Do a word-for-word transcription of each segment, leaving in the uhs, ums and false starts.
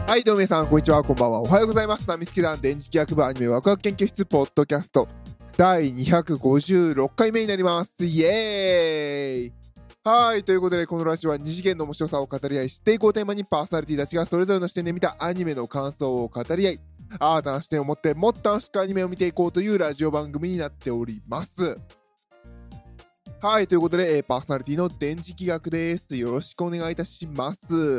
はい、どうも皆さん、こんにちは、こんばんは。おはようございます。ナミスケ団電磁気学部アニメワクワク研究室ポッドキャストだいにひゃくごじゅうろっかいめになります。イエーイ。はい、ということで、このラジオは二次元の面白さを語り合い、知っていこうテーマにパーソナリティたちがそれぞれの視点で見たアニメの感想を語り合い、新たな視点を持ってもっと楽しくアニメを見ていこうというラジオ番組になっております。はい、ということで、パーソナリティの電磁気学です。よろしくお願いいたします。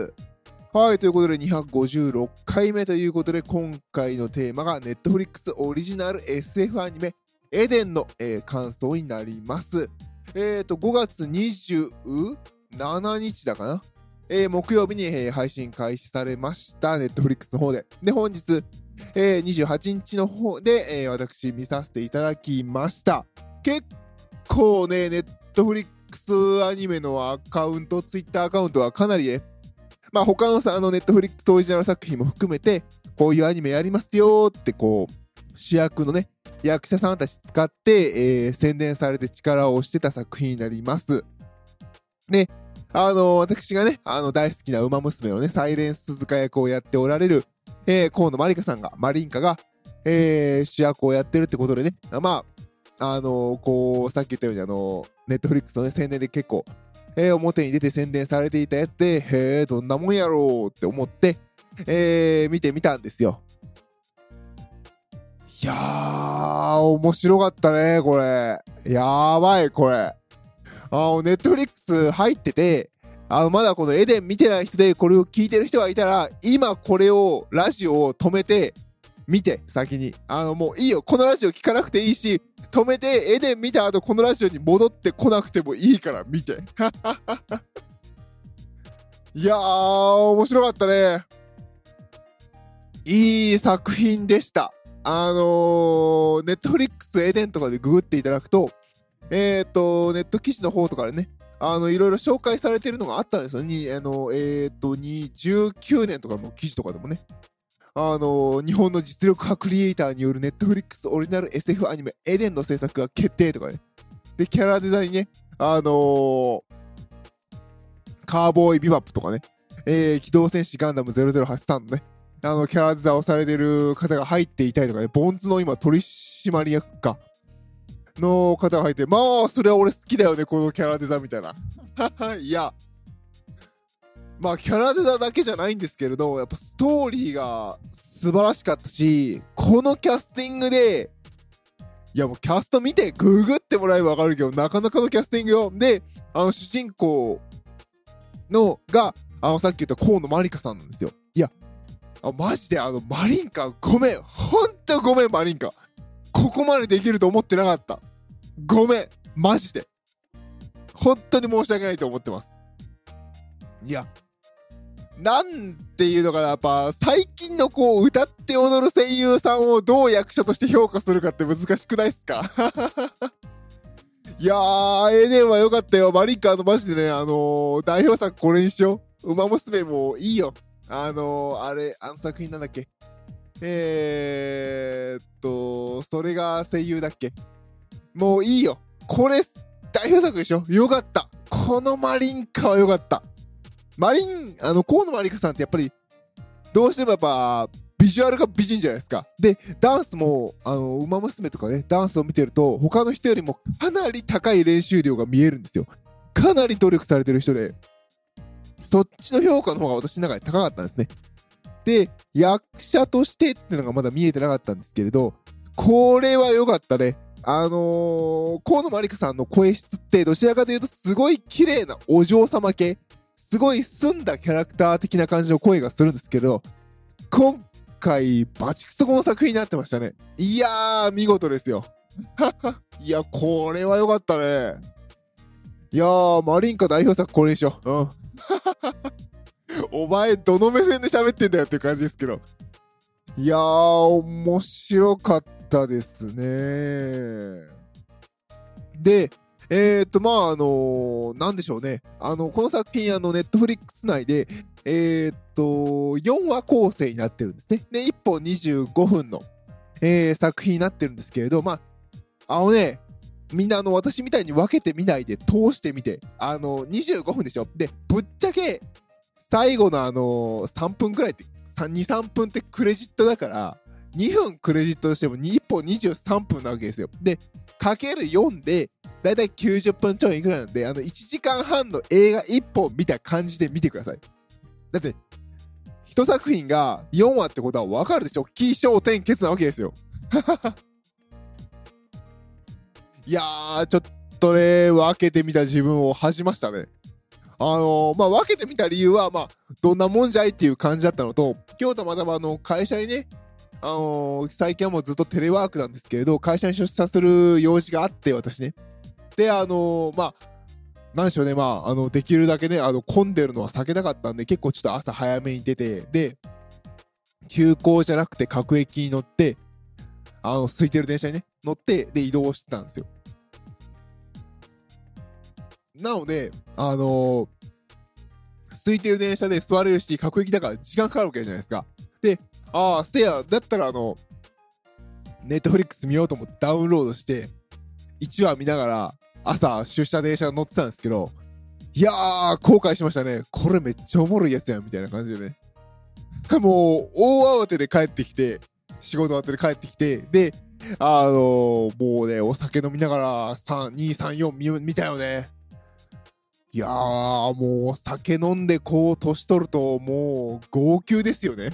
はい、ということでにひゃくごじゅうろっかいめということで、今回のテーマが Netflix オリジナル エスエフ アニメエデンの、えー、感想になります。えーと、ごがつにじゅうしちにちだかな、えー、木曜日に、えー、配信開始されました。Netflix の方で。で、本日、えー、にじゅうはちにちの方で、えー、私見させていただきました。結構ね、Netflix アニメのアカウント、Twitter アカウントはかなりね、まあ他のさ、あの、Netflix オリジナル作品も含めて、こういうアニメやりますよって、こう、主役のね、役者さんたち使って、えー、宣伝されて力を押してた作品になります。で、あのー、私がね、あの、大好きな馬娘のね、サイレンス鈴鹿役をやっておられる、えー、河野まりかさんが、マリンカが、えー、主役をやってるってことでね、まあ、あのー、こう、さっき言ったように、あのー、Netflix のね、宣伝で結構、えー、表に出て宣伝されていたやつで、へー、どんなもんやろうって思って、えー、見てみたんですよ。いやー、面白かったね、これ。やばい、これ。あの、ネットフリックス入ってて、あの、まだこのエデン見てない人で、これを聞いてる人がいたら、今これを、ラジオを止めて、見て、先に。あの、もういいよ。このラジオ聞かなくていいし、止めて、エデン見た後、このラジオに戻ってこなくてもいいから見て。いやー、面白かったね。いい作品でした。あのー、ネットフリックスエデンとかでググっていただくと、えっと、ネット記事の方とかでね、あの、いろいろ紹介されてるのがあったんですよ。に、あの、えっと、にじゅうきゅうねんとかの記事とかでもね、あのー、日本の実力派クリエイターによるネットフリックスオリジナル エスエフ アニメエデンの制作が決定とかね。で、キャラデザインね、あのー、カーボーイビバップとかね、えー、機動戦士ガンダムゼロゼロはちさんのね、あの、キャラデザをされてる方が入っていたりとかね、ボンズの今取締役かの方が入って、まあ、それは俺好きだよね、このキャラデザみたいな。いや、まあ、キャラデザだけじゃないんですけれど、やっぱストーリーが素晴らしかったし、このキャスティングで、いやもうキャスト見て、ググってもらえばわかるけど、なかなかのキャスティングよ。で、あの、主人公のが、あの、さっき言った河野まりかさんなんですよ。いや、あ、マジであの、マリンカ、ごめん。ほんとごめん、マリンカ。ここまでできると思ってなかった。ごめん。マジで。本当に申し訳ないと思ってます。いや、なんていうのかな、やっぱ、最近のこう、歌って踊る声優さんをどう役者として評価するかって難しくないっすか？いやー、エデンは良かったよ。マリンカのマジでね、あのー、代表作これにしよう。馬娘もいいよ。あのー、あれ、あの作品なんだっけ。えーっと、それが声優だっけ。もういいよ。これ、代表作でしょ。よかった。このマリンカはよかった。マリン、あの、河野まりかさんってやっぱり、どうしてもやっぱ、ビジュアルが美人じゃないですか。で、ダンスも、あの、馬娘とかね、ダンスを見てると、他の人よりもかなり高い練習量が見えるんですよ。かなり努力されてる人で、そっちの評価の方が私の中で高かったんですね。で、役者としてってのがまだ見えてなかったんですけれど、これは良かったね。あのー、河野まりかさんの声質ってどちらかというとすごい綺麗なお嬢様系、すごい澄んだキャラクター的な感じの声がするんですけど、今回バチクソこの作品になってましたね。いやー、見事ですよ。いや、これは良かったね。いやー、マリンカ代表作これでしょ。うん。お前どの目線で喋ってんだよっていう感じですけど、いやー面白かったですね。で、えーっとまああのー、なんでしょうね、あのこの作品あのネットフリックス内でえーっとよんわ構成になってるんですね。でいっぽんにじゅうごふんの、えー、作品になってるんですけれど、まああのね、みんなあの私みたいに分けてみないで通してみて、あのにじゅうごふんでしょ。でぶっちゃけ最後のあのー、さんぷんくらいってに、さんぷんってクレジットだから、にふんクレジットとしてもいっぽんにじゅうさんぷんなわけですよ。で、かけるよんで、だいたいきゅうじゅっぷんちょいぐらいなんで、あのいちじかんはんの映画いっぽん見た感じで見てください。だって、一作品がよんわってことは分かるでしょ。起承転結なわけですよ。いやー、ちょっとね、分けてみた自分を恥じましたね。あのー、まあ、分けてみた理由は、まあ、どんなもんじゃいっていう感じだったのと、今日たまたまあの会社にね、あのー、最近はもうずっとテレワークなんですけれど、会社に出社する用事があって、私ね。で、あのー、まあ、なんでしょうね、まあ、あの、できるだけね、あの、混んでるのは避けたかったんで、結構ちょっと朝早めに出て、で、急行じゃなくて各駅に乗って、あの、空いてる電車にね、乗って、で、移動してたんですよ。なので、あのー、空いてる電車で座れるし、各駅だから時間かかるわけじゃないですか。で、ああ、せや、だったらあの、ネットフリックス見ようと思ってダウンロードして、いちわ見ながら、朝、出社電車乗ってたんですけど、いやー、後悔しましたね。これめっちゃおもろいやつやん、みたいな感じでね。もう、大慌てで帰ってきて、仕事終わってで帰ってきて、で、あのー、もうね、お酒飲みながら、さん、に、さん、よん見、見たよね。いやー、もう酒飲んでこう年取るともう号泣ですよね。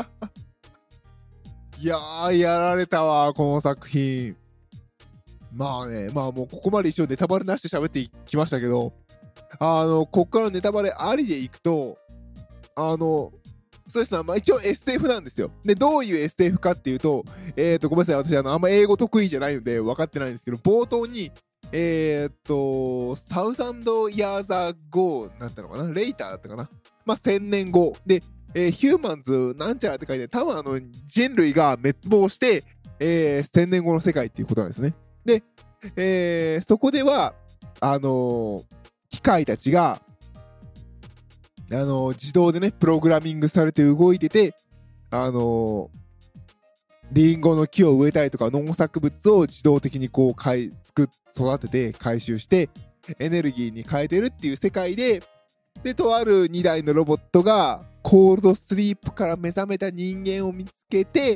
いやー、やられたわ、この作品。まあね、まあもうここまで一応ネタバレなしで喋ってきましたけど、あの、こっからネタバレありでいくと、あの、そうですね、まあ一応 エスエフ なんですよ。で、どういう エスエフ かっていうと、えーと、ごめんなさい、私あの、あんま英語得意じゃないので分かってないんですけど、冒頭に、えーっと、サウサンド・イヤーザ・ゴーなったのかな、レイターだったかな、まあ、千年後で、えー、ヒューマンズなんちゃらって書いて、多分あの人類が滅亡して、えー、千年後の世界っていうことなんですね。で、えー、そこではあのー、機械たちが、あのー、自動でねプログラミングされて動いてて、あのー、リンゴの木を植えたりとか農作物を自動的にこうかい作っ育てて回収してエネルギーに変えてるっていう世界で、でとあるにだいのロボットがコールドスリープから目覚めた人間を見つけて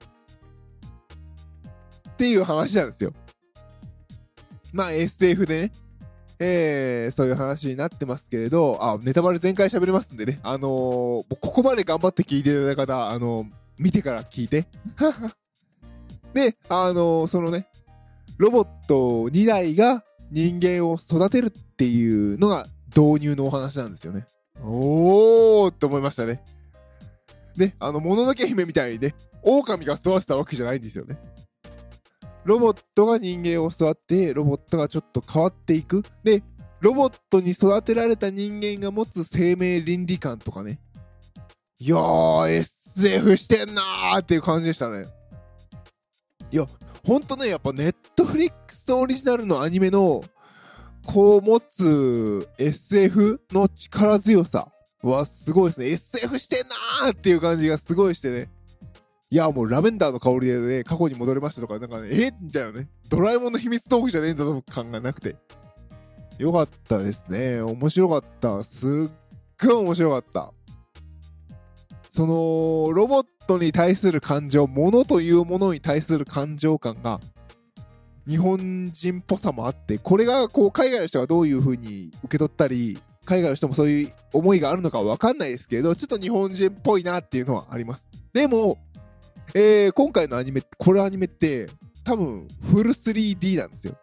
っていう話なんですよ。まあ エスエフ でね、えー、そういう話になってますけれど、あ、ネタバレ全開喋れますんでね、あのー、ここまで頑張って聞いていただいた方、あのー、見てから聞いてで、あのー、そのねロボットにだいが人間を育てるっていうのが導入のお話なんですよね。おーって思いましたね。ね、あの、もののけ姫みたいにね、狼が育てたわけじゃないんですよね。ロボットが人間を育て、ロボットがちょっと変わっていく。で、ロボットに育てられた人間が持つ生命倫理観とかね。いやー、エスエフ してんなーっていう感じでしたね。いや、ほんとね、やっぱネットフリックスオリジナルのアニメのこう持つ エスエフ の力強さはすごいですね。 エスエフ してんなーっていう感じがすごいしてね。いやもうラベンダーの香りでね過去に戻れましたとかなんかねえみたいなね、ドラえもんの秘密道具じゃねえんだと考えなくてよかったですね。面白かった。すっごい面白かった。そのロボットに対する感情、物というものに対する感情感が日本人っぽさもあって、これがこう海外の人がどういう風に受け取ったり、海外の人もそういう思いがあるのかは分かんないですけれど、ちょっと日本人っぽいなっていうのはあります。でも、えー、今回のアニメ、これアニメって多分フル スリーディー なんですよ。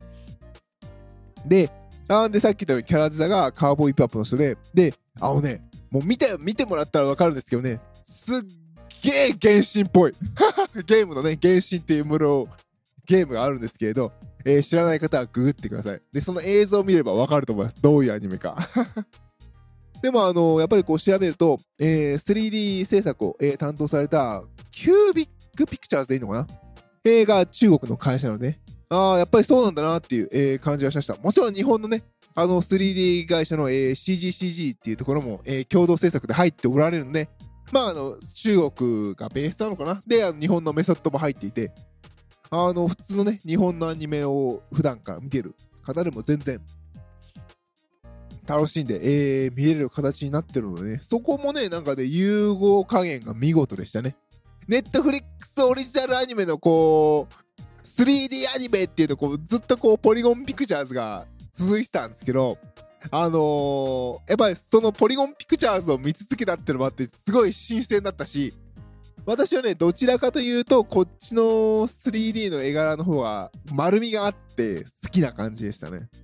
で、なんでさっき言ったようにキャラデザがカーボーイピップアップの人で、で、あのね、もう見て、見てもらったら分かるんですけどね、すっげー原神っぽい。ゲームのね、原神っていうものをゲームがあるんですけれど、えー、知らない方はググってください。で、その映像を見ればわかると思います。どういうアニメか。でも、あのー、やっぱりこう調べると、えー、スリーディー 制作を、えー、担当されたキュービックピクチャーズでいいのかな、映画中国の会社なので、ああ、やっぱりそうなんだなっていう、えー、感じがしました。もちろん日本のね、あの スリーディー 会社の、えー、シージーシージー っていうところも、えー、共同制作で入っておられるので、まあ、あの、中国がベースなのかな、で、あの日本のメソッドも入っていて、あの、普通のね、日本のアニメを普段から見てる方でも全然楽しんで、えー、見れる形になってるのでね、そこもね、なんかね、融合加減が見事でしたね。ネットフリックスオリジナルアニメのこう、スリーディー アニメっていうとこう、ずっとこう、ポリゴンピクチャーズが続いてたんですけど、あのー、やっぱりそのポリゴンピクチャーズを見続けたってのもあって、すごい新鮮だったし、私はね、どちらかというと、こっちの スリーディー の絵柄の方が丸みがあって好きな感じでしたね。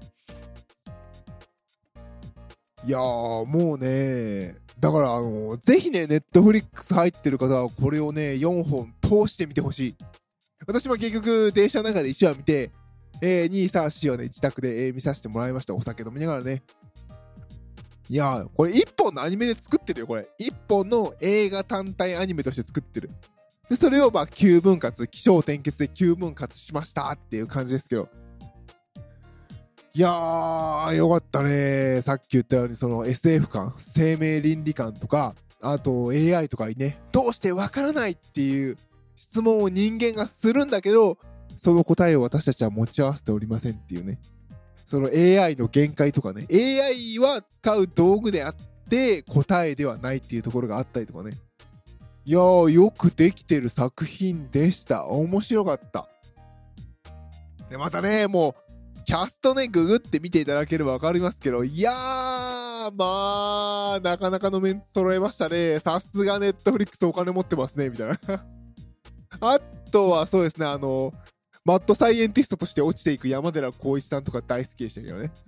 いやー、もうね、だからあのー、ぜひね、ネットフリックス入ってる方はこれをね、よんほん通してみてほしい。私も結局、電車の中でいちわ見て、えー、に、さん、よんはね、自宅で、えー、見させてもらいました。お酒飲みながらね。いやー、これいっぽんのアニメで作ってるよ、これ。いっぽんの映画単体アニメとして作ってる。で、それをまあ、きゅうぶん割、起承転結できゅうぶん割しましたっていう感じですけど。いやー、よかったね。さっき言ったように、その エスエフ 感、生命倫理観とか、あと エーアイ とかにね、どうしてわからないっていう質問を人間がするんだけど、その答えを私たちは持ち合わせておりませんっていうね。その エーアイ の限界とかね、エーアイ は使う道具であって答えではないっていうところがあったりとかね。いやー、よくできてる作品でした。面白かった。で、またね、もう、キャストね、ググって見ていただければわかりますけど、いやー、まあ、なかなかのメンツ揃えましたね。さすがネットフリックスお金持ってますね、みたいな。あとはそうですね、あの、マッドサイエンティストとして落ちていく山寺宏一さんとか大好きでしたけどね。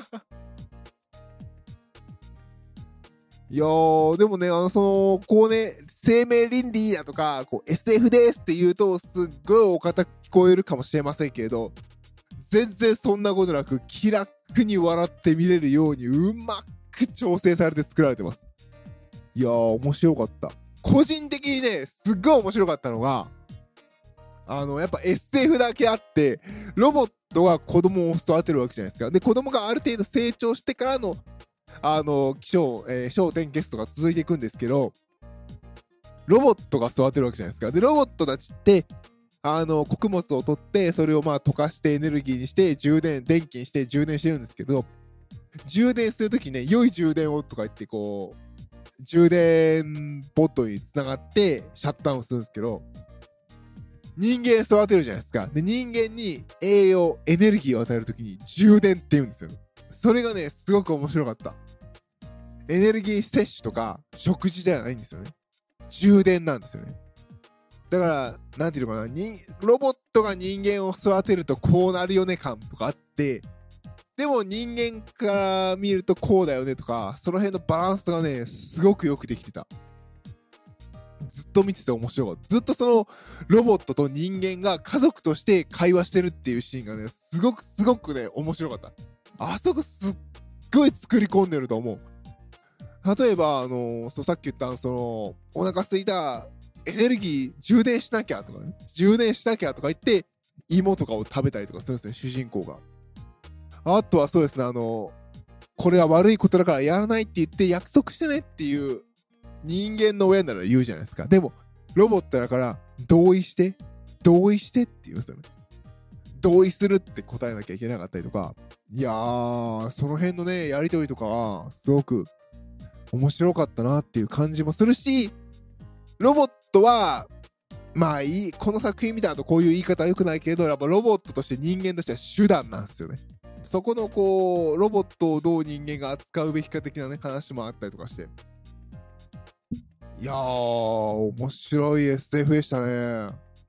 いやー、でもね、あの、その、こうね、生命倫理だとか、こう エスエフ ですって言うと、すっごいお堅く聞こえるかもしれませんけれど、全然そんなことなく、気楽に笑って見れるように、うまく調整されて作られてます。いやー、面白かった。個人的にね、すっごい面白かったのが、あの、やっぱ エスエフ だけあって、ロボットが子供を育てるわけじゃないですか。で、子供がある程度成長してからの、あの、気象、えー、焦点テストが続いていくんですけど、ロボットが育てるわけじゃないですか。で、ロボットたちって、あの、穀物を取って、それをまあ溶かしてエネルギーにして、充電、電気にして充電してるんですけど、充電するときね、良い充電をとか言って、こう、充電ポットにつながってシャットダウンするんですけど、人間育てるじゃないですか。で、人間に栄養、エネルギーを与えるときに充電って言うんですよ。それがね、すごく面白かった。エネルギー摂取とか食事ではないんですよね。充電なんですよね。だから、なんていうのかな、にロボットが人間を育てるとこうなるよね感とかあって、でも人間から見るとこうだよねとか、その辺のバランスがね、すごくよくできてた。ずっと見てて面白かった。ずっとそのロボットと人間が家族として会話してるっていうシーンがね、すごくすごくね、面白かった。あそこすっごい作り込んでると思う。例えば、あのー、そうさっき言ったそのお腹空いたエネルギー充電しなきゃとかね、充電しなきゃとか言って芋とかを食べたりとかするんですね、主人公が。あとはそうですね、あのー、これは悪いことだからやらないって言って約束してねっていう人間の親なら言うじゃないですか。でもロボットだから同意して同意してって言うんですよね。同意するって答えなきゃいけなかったりとか、いやー、その辺のねやりとりとかはすごく面白かったなっていう感じもするし、ロボットはまあいい、この作品見た後こういう言い方は良くないけれど、やっぱロボットとして人間としては手段なんですよね。そこのこうロボットをどう人間が扱うべきか的なね話もあったりとかして、いやー、面白い エスエフ でしたね。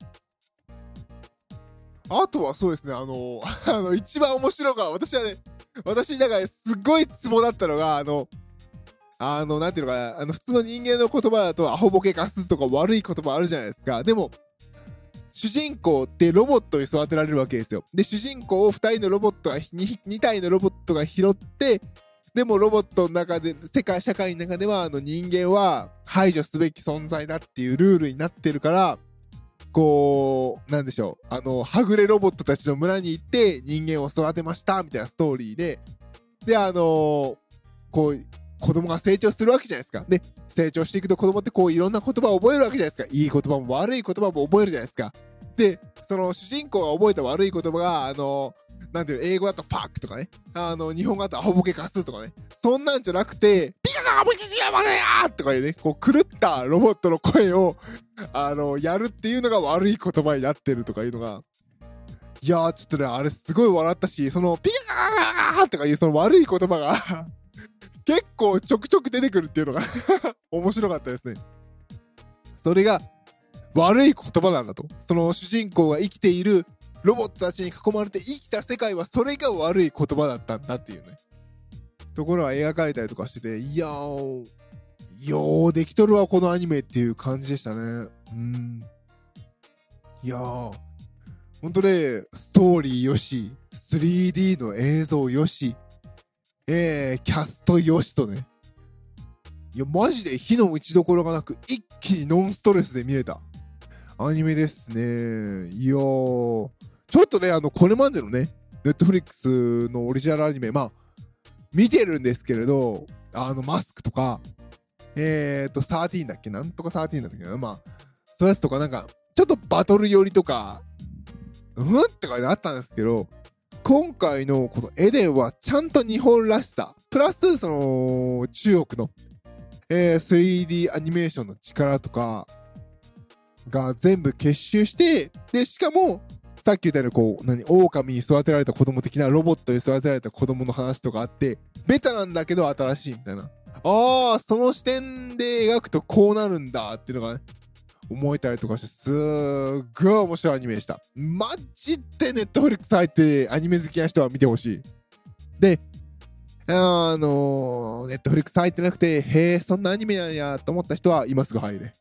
あとはそうですね、あのあの一番面白いが、私はね、私だからすっごいツボだったのが、あのあのなんていうのかな、あの普通の人間の言葉だとアホボケカスとか悪い言葉あるじゃないですか。でも主人公ってロボットに育てられるわけですよ。で、主人公をふたりのロボットが 2, にたいのロボットが拾って、でもロボットの中で、世界社会の中ではあの人間は排除すべき存在だっていうルールになってるから、こうなんでしょう、あのはぐれロボットたちの村に行って人間を育てましたみたいなストーリーで、であのー、こう子供が成長するわけじゃないですか。で成長していくと子供ってこういろんな言葉を覚えるわけじゃないですか。いい言葉も悪い言葉も覚えるじゃないですか。でその主人公が覚えた悪い言葉が、あのなんていうの、英語だとファックとかね。あの、日本語だとアホボケカスとかね。そんなんじゃなくて、ピカカボケキヤバヤーとかいうね、こう狂ったロボットの声を、あの、やるっていうのが悪い言葉になってるとかいうのが、いやーちょっとね、あれすごい笑ったし、その、ピカカーとかいうその悪い言葉が、結構ちょくちょく出てくるっていうのが面白かったですね。それが悪い言葉なんだと。その主人公が生きているロボットたちに囲まれて生きた世界はそれが悪い言葉だったんだっていうね。ところが描かれたりとかしてて、いやー、よーできとるわこのアニメっていう感じでしたね。うん。いやー、ほんとね、ストーリーよし、スリーディー の映像よし、えー、キャストよしとね。いや、マジで火の打ちどころがなく、一気にノンストレスで見れたアニメですね。いやー、ちょっとね、あの、これまでのね、ネットフリックスのオリジナルアニメ、まあ、見てるんですけれど、あの、マスクとか、えーと、サーティーンだっけなんとかサーティーンだったっけなまあ、そういうやつとかなんか、ちょっとバトル寄りとか、うんってかあったんですけど、今回のこのエデンはちゃんと日本らしさ、プラスその中国の、えー、スリーディー アニメーションの力とかが全部結集して、で、しかもさっき言ったようにこう、何、狼に育てられた子供的なロボットに育てられた子供の話とかあって、ベタなんだけど新しいみたいな。ああ、その視点で描くとこうなるんだっていうのがね、思えたりとかして、すっごい面白いアニメでした。マジでネットフリックス入ってアニメ好きな人は見てほしい。で、あのー、ネットフリックス入ってなくて、へえ、そんなアニメなんやと思った人は今すぐ入れ。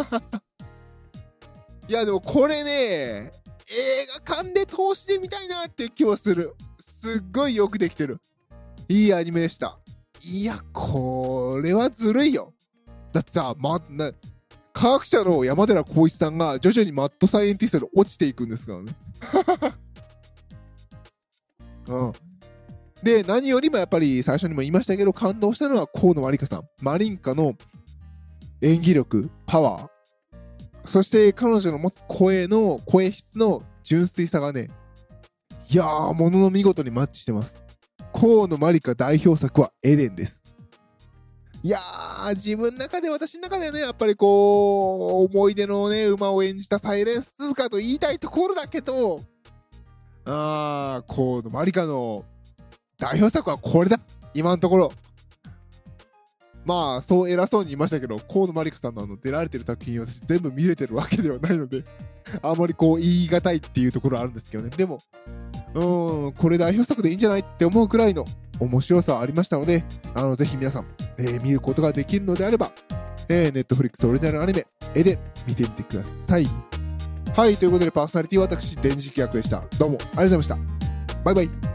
いや、でもこれね、映画館で通してみたいなっていう気はする。すっごいよくできてる。いいアニメでした。いや、これはずるいよ。だってさ、ま、な、科学者の山寺宏一さんが徐々にマッドサイエンティストで落ちていくんですからね。うん。で、何よりもやっぱり最初にも言いましたけど、感動したのは河野まりかさん。マリンカの演技力、パワー。そして彼女の持つ声の、声質の純粋さがね、いやー、ものの見事にマッチしてます。河野まりか代表作はエデンです。いやー、自分の中で、私の中ではね、やっぱりこう、思い出のね、馬を演じたサイレンス鈴鹿と言いたいところだけど、あー、河野まりかの代表作はこれだ、今のところ。まあ、そう偉そうに言いましたけど、河野まりかさんのあの出られてる作品を私全部見れてるわけではないので、あんまりこう言い難いっていうところはあるんですけどね。でも、うーん、これ代表作でいいんじゃないって思うくらいの面白さはありましたので、あのぜひ皆さん、えー、見ることができるのであれば、えー、Netflix オリジナルアニメ絵で見てみてください。はい、ということでパーソナリティは私、電磁気役でした。どうもありがとうございました。バイバイ。